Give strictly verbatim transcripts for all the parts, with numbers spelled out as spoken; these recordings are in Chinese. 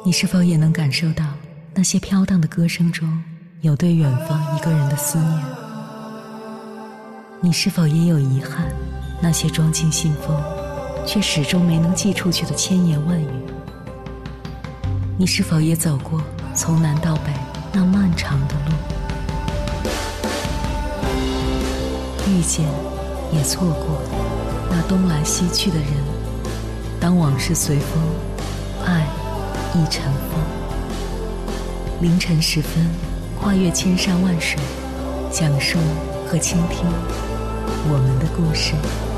你是否也能感受到那些飘荡的歌声中有对远方一个人的思念？你是否也有遗憾，那些装进信封却始终没能寄出去的千言万语？你是否也走过从南到北那漫长的路？遇见也错过那东来西去的人，当往事随风，爱亦尘封。凌晨时分，跨越千山万水，讲述和倾听我们的故事。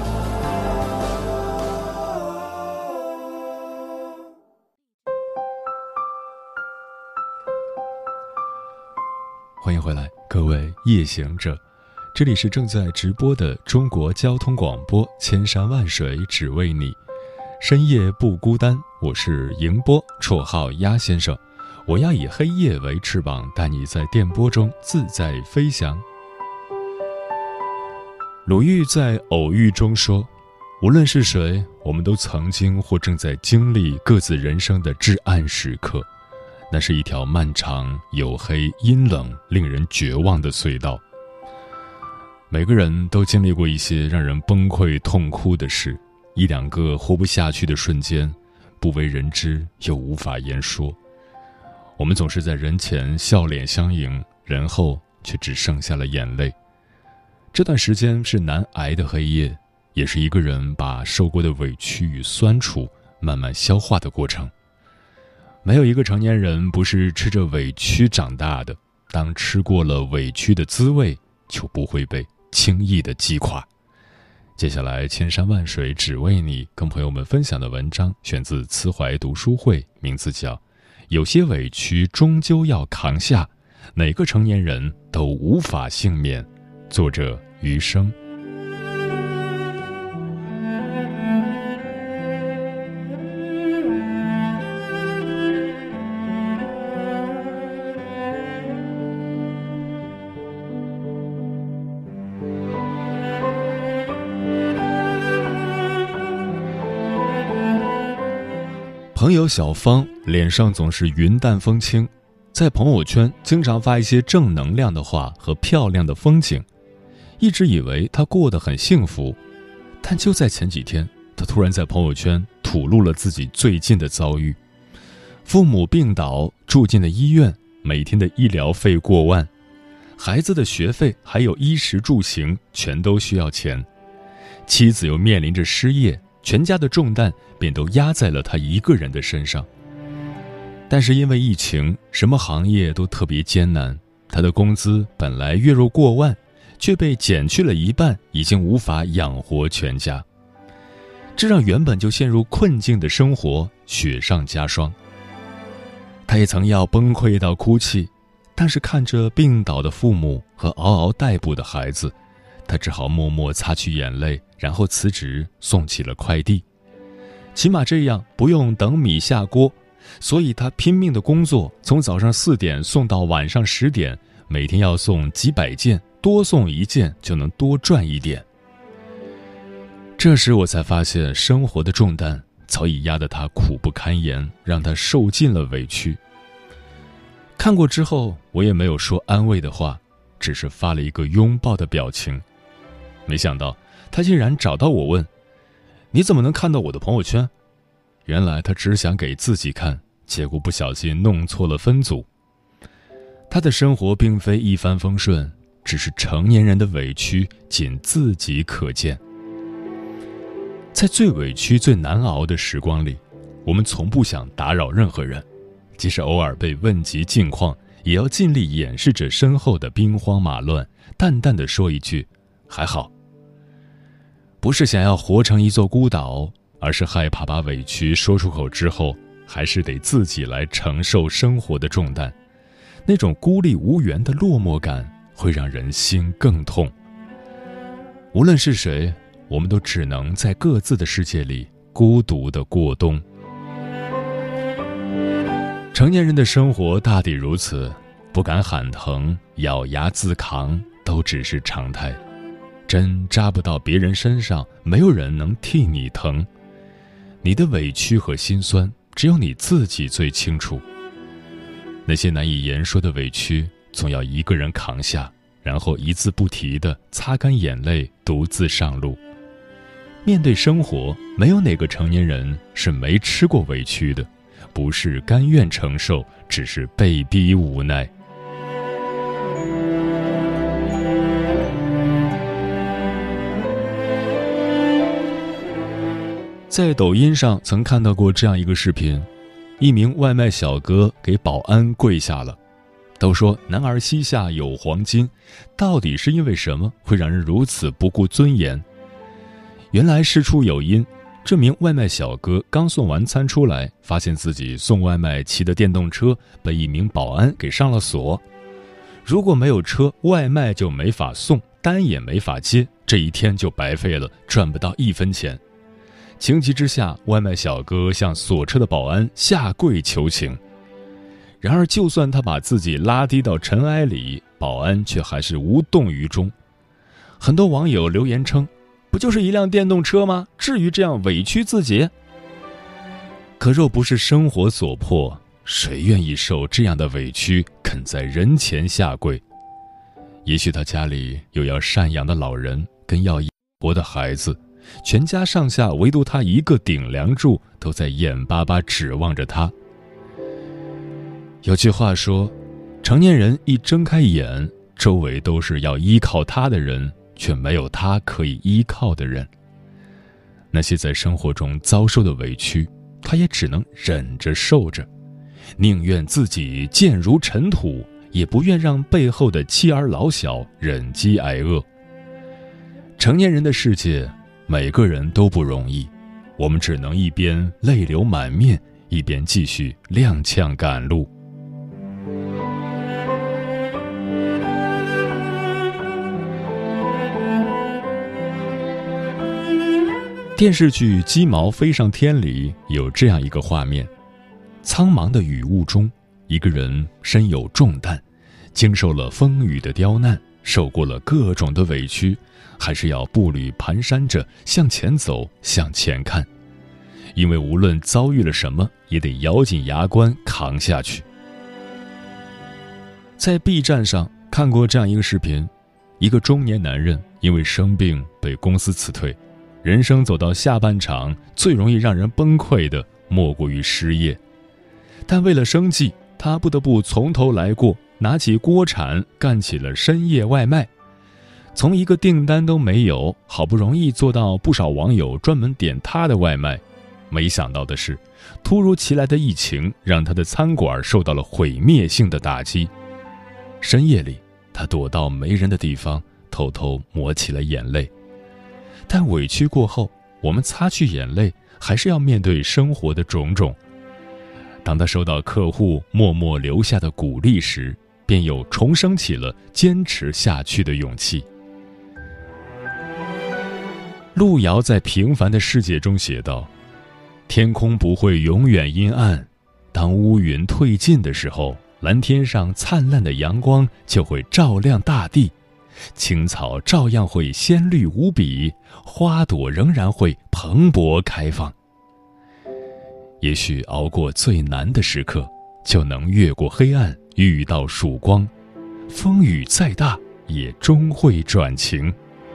欢迎回来，各位夜行者，这里是正在直播的中国交通广播，千山万水只为你，深夜不孤单。我是迎波，绰号鸭先生。我要以黑夜为翅膀，带你在电波中自在飞翔。鲁豫在《偶遇》中说，无论是谁，我们都曾经或正在经历各自人生的至暗时刻，那是一条漫长、黝黑、阴冷、令人绝望的隧道。每个人都经历过一些让人崩溃痛哭的事，一两个活不下去的瞬间，不为人知又无法言说。我们总是在人前笑脸相迎，人后却只剩下了眼泪。这段时间是难挨的黑夜，也是一个人把受过的委屈与酸楚慢慢消化的过程。没有一个成年人不是吃着委屈长大的，当吃过了委屈的滋味，就不会被轻易的击垮。接下来千山万水只为你跟朋友们分享的文章选自慈怀读书会，名字叫《有些委屈终究要扛下，哪个成年人都无法幸免》，作者余生。朋友小芳脸上总是云淡风轻，在朋友圈经常发一些正能量的话和漂亮的风景，一直以为她过得很幸福。但就在前几天，她突然在朋友圈吐露了自己最近的遭遇：父母病倒，住进了医院，每天的医疗费过万，孩子的学费还有衣食住行全都需要钱，妻子又面临着失业，全家的重担便都压在了他一个人的身上。但是因为疫情，什么行业都特别艰难，他的工资本来月入过万，却被减去了一半，已经无法养活全家。这让原本就陷入困境的生活雪上加霜。他也曾要崩溃到哭泣，但是看着病倒的父母和嗷嗷待哺的孩子，他只好默默擦去眼泪，然后辞职送起了快递。起码这样不用等米下锅，所以他拼命的工作，从早上四点送到晚上十点，每天要送几百件，多送一件就能多赚一点。这时我才发现，生活的重担早已压得他苦不堪言，让他受尽了委屈。看过之后，我也没有说安慰的话，只是发了一个拥抱的表情。没想到他竟然找到我问，你怎么能看到我的朋友圈？原来他只想给自己看，结果不小心弄错了分组。他的生活并非一帆风顺，只是成年人的委屈仅自己可见。在最委屈最难熬的时光里，我们从不想打扰任何人，即使偶尔被问及近况，也要尽力掩饰着身后的兵荒马乱，淡淡地说一句还好。不是想要活成一座孤岛，而是害怕把委屈说出口之后，还是得自己来承受生活的重担。那种孤立无援的落寞感会让人心更痛。无论是谁，我们都只能在各自的世界里孤独地过冬。成年人的生活大抵如此，不敢喊疼，咬牙自扛，都只是常态。针扎不到别人身上，没有人能替你疼。你的委屈和心酸， 只有你自己最清楚。那些难以言说的委屈，总要一个人扛下，然后一字不提地擦干眼泪，独自上路。面对生活，没有哪个成年人是没吃过委屈的，不是甘愿承受，只是被逼无奈。在抖音上曾看到过这样一个视频，一名外卖小哥给保安跪下了。都说男儿膝下有黄金，到底是因为什么会让人如此不顾尊严？原来事出有因，这名外卖小哥刚送完餐出来，发现自己送外卖骑的电动车被一名保安给上了锁。如果没有车，外卖就没法送，单也没法接，这一天就白费了，赚不到一分钱。情急之下，外卖小哥向锁车的保安下跪求情。然而就算他把自己拉低到尘埃里，保安却还是无动于衷。很多网友留言称，不就是一辆电动车吗？至于这样委屈自己？可若不是生活所迫，谁愿意受这样的委屈，肯在人前下跪？也许他家里有要赡养的老人，跟要活的孩子，全家上下唯独他一个顶梁柱，都在眼巴巴指望着他。有句话说，成年人一睁开眼，周围都是要依靠他的人，却没有他可以依靠的人。那些在生活中遭受的委屈，他也只能忍着受着，宁愿自己贱如尘土，也不愿让背后的妻儿老小忍饥挨饿。成年人的世界，每个人都不容易，我们只能一边泪流满面，一边继续踉跄赶路。电视剧《鸡毛飞上天》里有这样一个画面：苍茫的雨雾中，一个人身有重担，经受了风雨的刁难，受过了各种的委屈，还是要步履蹒跚着向前走，向前看，因为无论遭遇了什么，也得咬紧牙关扛下去。在 B 站上看过这样一个视频，一个中年男人因为生病被公司辞退，人生走到下半场，最容易让人崩溃的莫过于失业。但为了生计，他不得不从头来过，拿起锅铲干起了深夜外卖。从一个订单都没有，好不容易做到不少网友专门点他的外卖，没想到的是，突如其来的疫情让他的餐馆受到了毁灭性的打击。深夜里，他躲到没人的地方，偷偷抹起了眼泪。但委屈过后，我们擦去眼泪，还是要面对生活的种种。当他收到客户默默留下的鼓励时，便又重生起了坚持下去的勇气。路遥在《平凡的世界》中写道：天空不会永远阴暗，当乌云退尽的时候，蓝天上灿烂的阳光就会照亮大地，青草照样会鲜绿无比，花朵仍然会蓬勃开放。也许熬过最难的时刻，就能越过黑暗，遇到曙光。风雨再大，也终会转晴。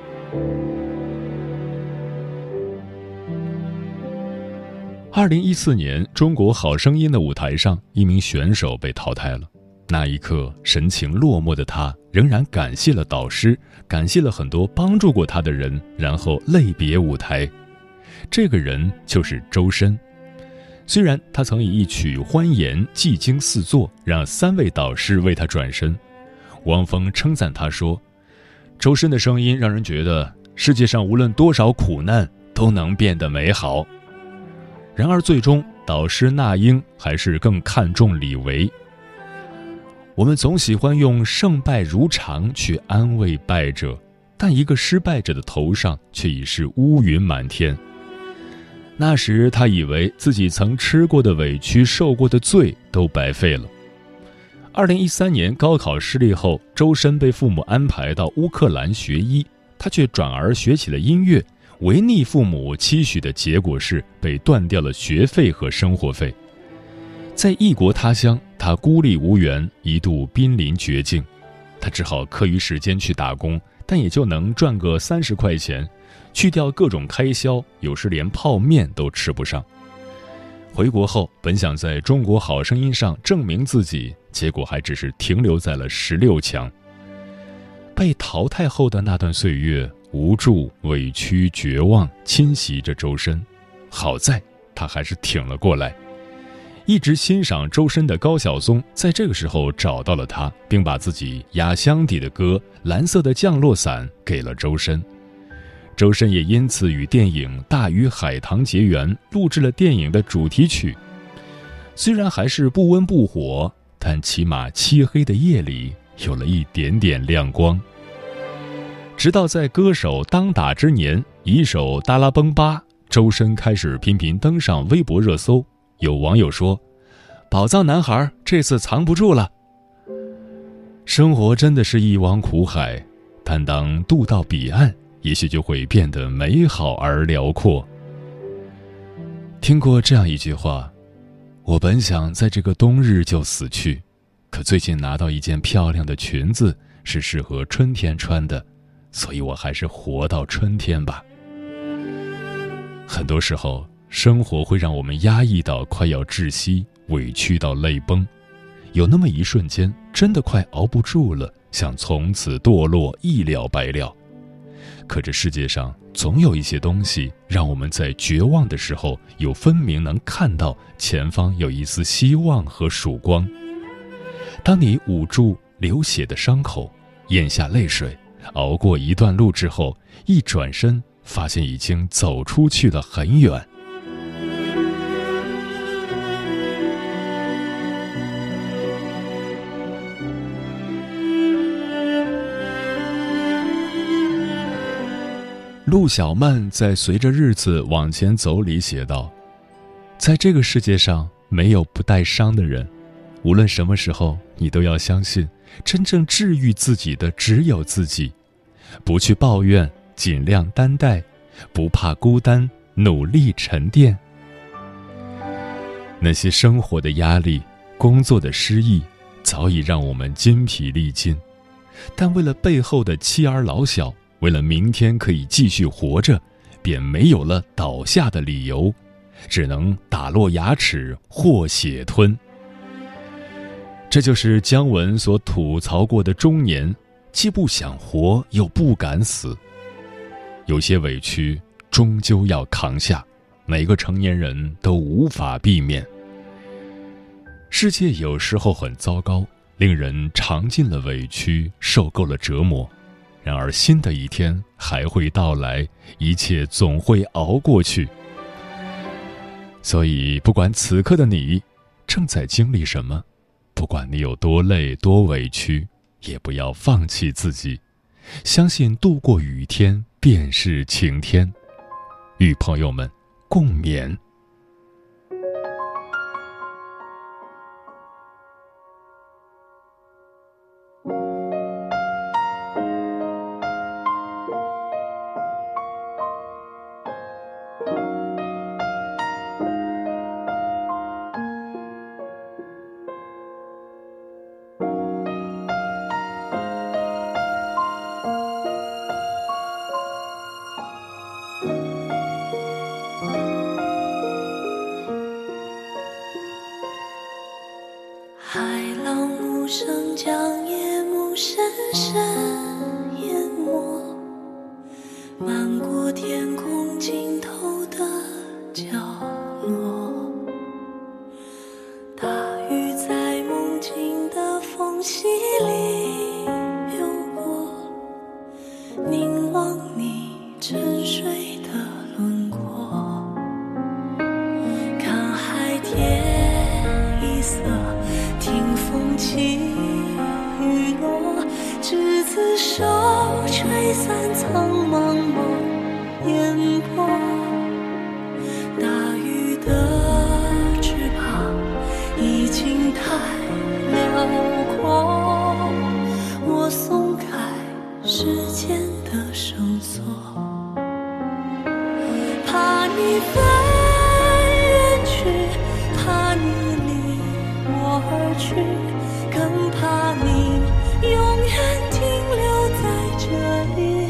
二零一四年，中国好声音的舞台上，一名选手被淘汰了。那一刻，神情落寞的他仍然感谢了导师，感谢了很多帮助过他的人，然后泪别舞台。这个人就是周深。虽然他曾以一曲《欢颜》技惊四座，让三位导师为他转身。汪峰称赞他说，周深的声音让人觉得世界上无论多少苦难都能变得美好。然而最终，导师那英还是更看重李维。我们总喜欢用胜败如常去安慰败者，但一个失败者的头上却已是乌云满天。那时他以为自己曾吃过的委屈、受过的罪都白费了。二零一三年高考失利后，周深被父母安排到乌克兰学医，他却转而学起了音乐，违逆父母期许的结果是被断掉了学费和生活费， 在异国他乡，他孤立无援，一度濒临绝境。他只好课余时间去打工，但也就能赚个三十块钱，去掉各种开销，有时连泡面都吃不上。回国后，本想在中国好声音上证明自己，结果还只是停留在了十六强。被淘汰后的那段岁月，无助、委屈、绝望侵袭着周深，好在他还是挺了过来。一直欣赏周深的高晓松在这个时候找到了他，并把自己压箱底的歌《蓝色的降落伞》给了周深。周深也因此与电影《大鱼海棠》结缘，录制了电影的主题曲。虽然还是不温不火，但起码漆黑的夜里有了一点点亮光。直到在歌手当打之年，一首《达拉崩吧》，周深开始频频登上微博热搜。有网友说，宝藏男孩这次藏不住了。生活真的是一汪苦海，但当渡到彼岸，也许就会变得美好而辽阔。听过这样一句话，我本想在这个冬日就死去，可最近拿到一件漂亮的裙子，是适合春天穿的，所以我还是活到春天吧。很多时候，生活会让我们压抑到快要窒息，委屈到泪崩，有那么一瞬间，真的快熬不住了，想从此堕落，一了百了。可这世界上总有一些东西，让我们在绝望的时候，有分明能看到前方有一丝希望和曙光。当你捂住流血的伤口，咽下泪水，熬过一段路之后，一转身，发现已经走出去了很远。陆小曼在《随着日子往前走》里写道，在这个世界上没有不带伤的人，无论什么时候，你都要相信，真正治愈自己的只有自己。不去抱怨，尽量担待，不怕孤单，努力沉淀。那些生活的压力，工作的失意，早已让我们筋疲力尽，但为了背后的妻儿老小，为了明天可以继续活着，便没有了倒下的理由，只能打落牙齿，或血吞。这就是姜文所吐槽过的中年，既不想活，又不敢死。有些委屈终究要扛下，每个成年人都无法避免。世界有时候很糟糕，令人尝尽了委屈，受够了折磨。然而新的一天还会到来，一切总会熬过去。所以不管此刻的你正在经历什么，不管你有多累多委屈，也不要放弃自己，相信度过雨天便是晴天。与朋友们共勉。 海浪无声将夜幕深深淹没，漫过天空尽头的角落，大雨在梦境的缝隙里流过，凝望你沉睡的轮廓，看海天一色，听风起雨落，执子手，吹散苍茫茫烟波。大雨的翅膀已经太辽阔，我松开时间的绳索，怕你飞远去，怕你离去，更怕你永远停留在这里。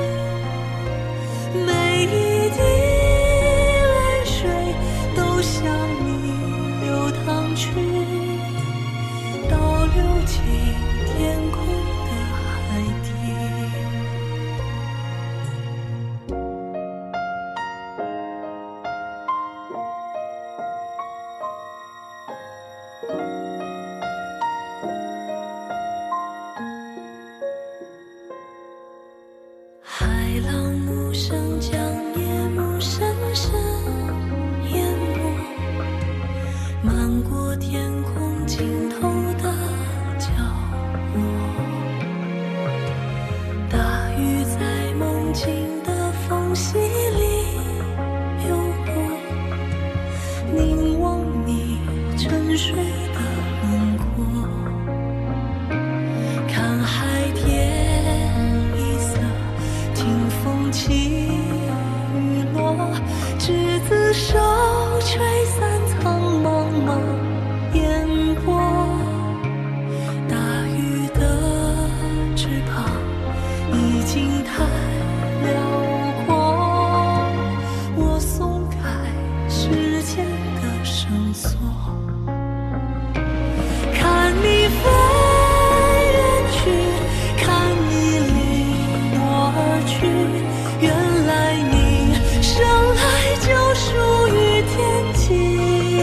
每一滴泪水都向你流淌去，倒流进天空的海底。海浪无声将夜幕深深淹没，漫过天空尽头的角落。大雨在梦境的缝隙里流过，凝望你沉睡的轮廓，看海天一色，听风起雨落，执子手，吹散苍茫茫烟波。大雨的翅膀已经太辽阔，我松开时间的绳索，看你飞远去，看你离我而去，原来你生来就属于天际。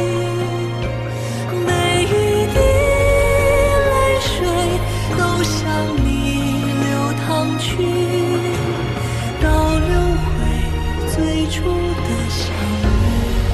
每一滴泪水都向你流淌去，倒流回最初的相遇。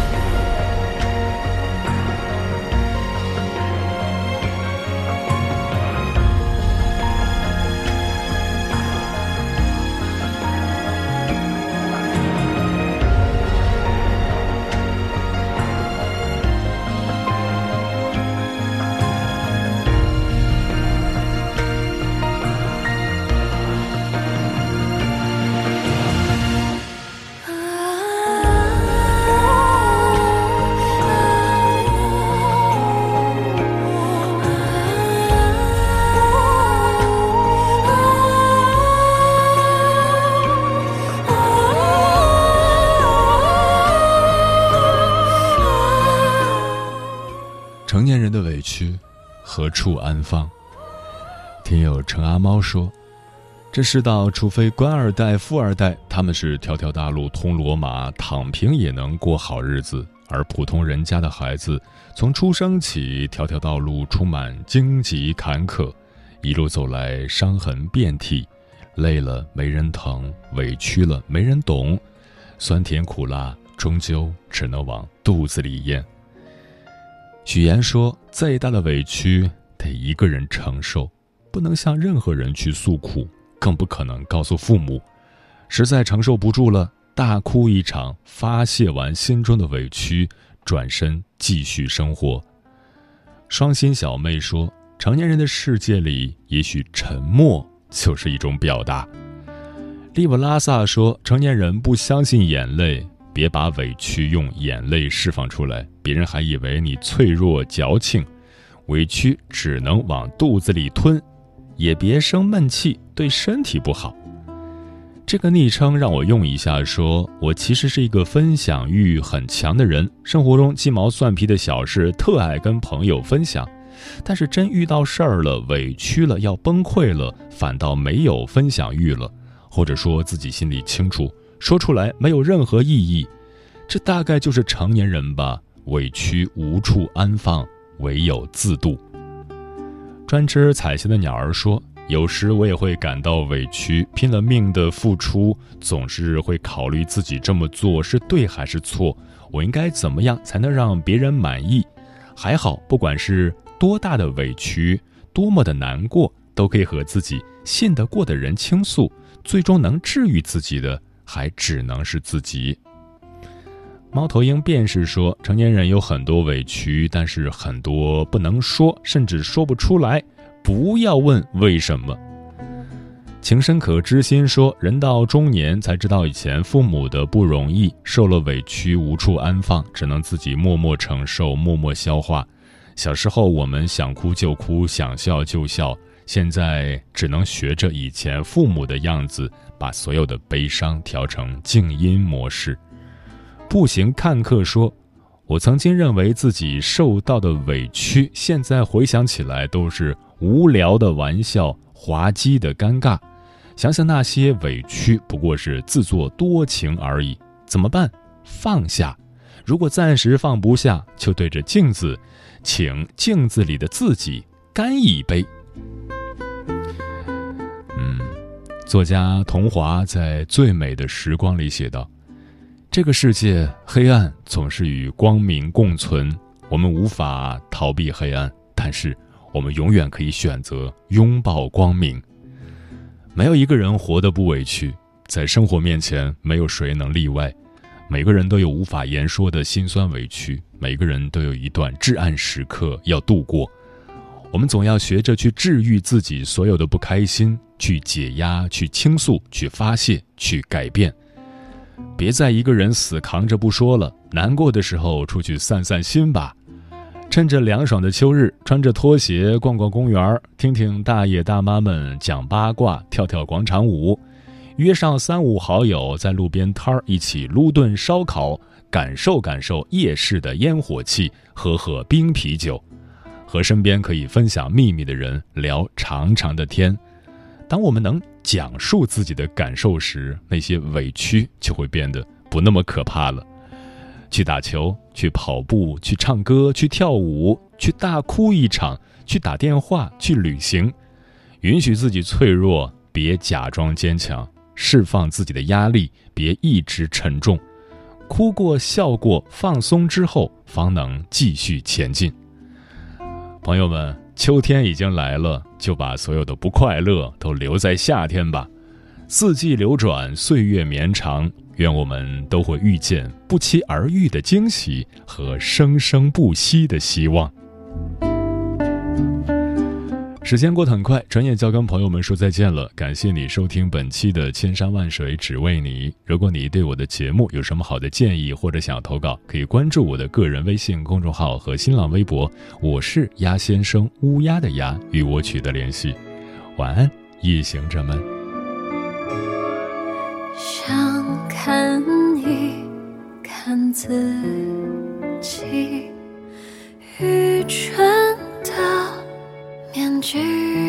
成年人的委屈何处安放？听友程阿猫说，这世道除非官二代富二代，他们是条条大路通罗马，躺平也能过好日子，而普通人家的孩子从出生起，条条道路充满荆棘坎坷，一路走来伤痕遍体，累了没人疼，委屈了没人懂，酸甜苦辣终究只能往肚子里咽。许言说，再大的委屈得一个人承受，不能向任何人去诉苦，更不可能告诉父母。实在承受不住了，大哭一场，发泄完心中的委屈，转身继续生活。双心小妹说，成年人的世界里，也许沉默就是一种表达。利布拉萨说，成年人不相信眼泪，别把委屈用眼泪释放出来，别人还以为你脆弱矫情，委屈只能往肚子里吞，也别生闷气，对身体不好。这个昵称让我用一下，说我其实是一个分享欲很强的人，生活中鸡毛蒜皮的小事特爱跟朋友分享，但是真遇到事儿了，委屈了，要崩溃了，反倒没有分享欲了，或者说自己心里清楚，说出来没有任何意义。这大概就是成年人吧，委屈无处安放，唯有自渡。专吃彩霞的鸟儿说，有时我也会感到委屈，拼了命的付出，总是会考虑自己这么做是对还是错，我应该怎么样才能让别人满意。还好，不管是多大的委屈，多么的难过，都可以和自己信得过的人倾诉，最终能治愈自己的还只能是自己。猫头鹰便是说，成年人有很多委屈，但是很多不能说，甚至说不出来，不要问为什么。情深可知心说，人到中年才知道以前父母的不容易，受了委屈无处安放，只能自己默默承受，默默消化。 小时候我们想哭就哭，想笑就笑，现在只能学着以前父母的样子，把所有的悲伤调成静音模式。步行看客说，我曾经认为自己受到的委屈，现在回想起来都是无聊的玩笑，滑稽的尴尬。想想那些委屈不过是自作多情而已，怎么办？放下。如果暂时放不下，就对着镜子，请镜子里的自己干一杯。嗯，作家桐华在《最美的时光》里写道，这个世界黑暗总是与光明共存，我们无法逃避黑暗，但是我们永远可以选择拥抱光明。没有一个人活得不委屈，在生活面前没有谁能例外，每个人都有无法言说的辛酸委屈，每个人都有一段至暗时刻要度过。我们总要学着去治愈自己所有的不开心，去解压，去倾诉，去发泄，去改变。别再一个人死扛着不说了，难过的时候出去散散心吧。趁着凉爽的秋日，穿着拖鞋逛逛公园，听听大爷大妈们讲八卦，跳跳广场舞，约上三五好友在路边摊儿一起撸顿烧烤，感受感受夜市的烟火气，喝喝冰啤酒，和身边可以分享秘密的人聊长长的天。当我们能讲述自己的感受时，那些委屈就会变得不那么可怕了。去打球，去跑步，去唱歌，去跳舞，去大哭一场，去打电话，去旅行，允许自己脆弱，别假装坚强，释放自己的压力，别一直沉重。哭过，笑过，放松之后，方能继续前进。朋友们，秋天已经来了，就把所有的不快乐都留在夏天吧。四季流转，岁月绵长，愿我们都会遇见不期而遇的惊喜和生生不息的希望。时间过得很快，转眼就要跟朋友们说再见了。感谢你收听本期的千山万水只为你。如果你对我的节目有什么好的建议或者想要投稿，可以关注我的个人微信公众号和新浪微博，我是鸭先生，乌鸦的鸦，与我取得联系。晚安，夜行者们。 想看一看自己愚蠢的面具，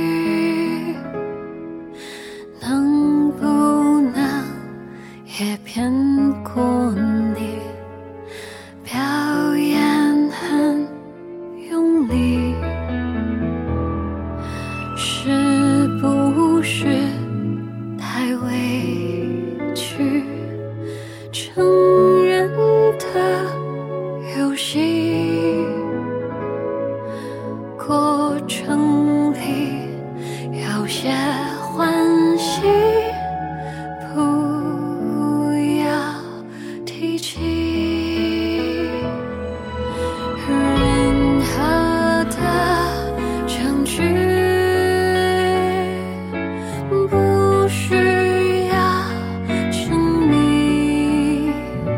能不能也骗过你？表演很用力，是不是太委屈？成人的游戏，过程里有些欢喜，不要提起。任何的证据不需要证明，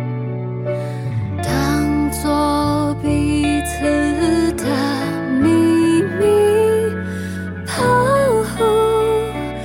当作彼此的秘密，保护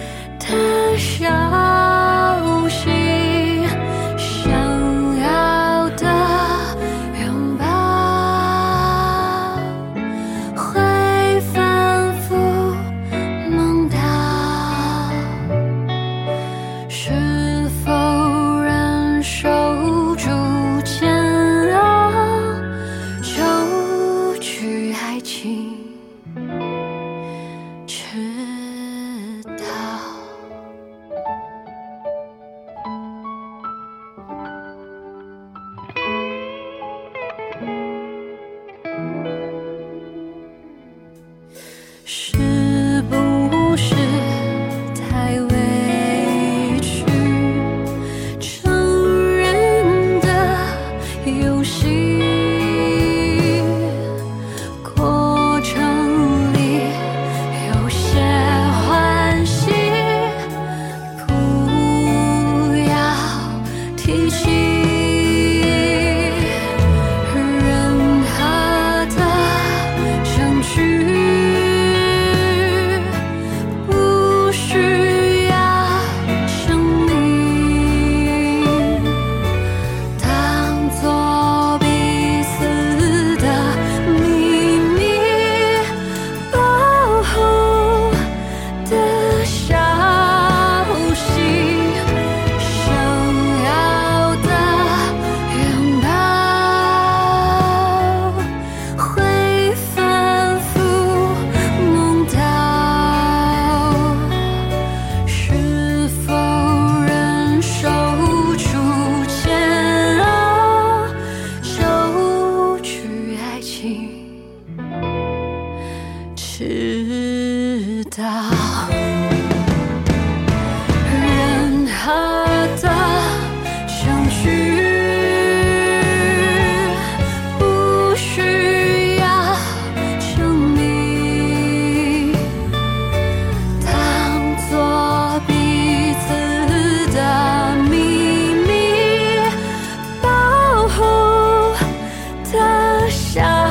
知道任何的相聚不需要证明，当作彼此的秘密，保护的小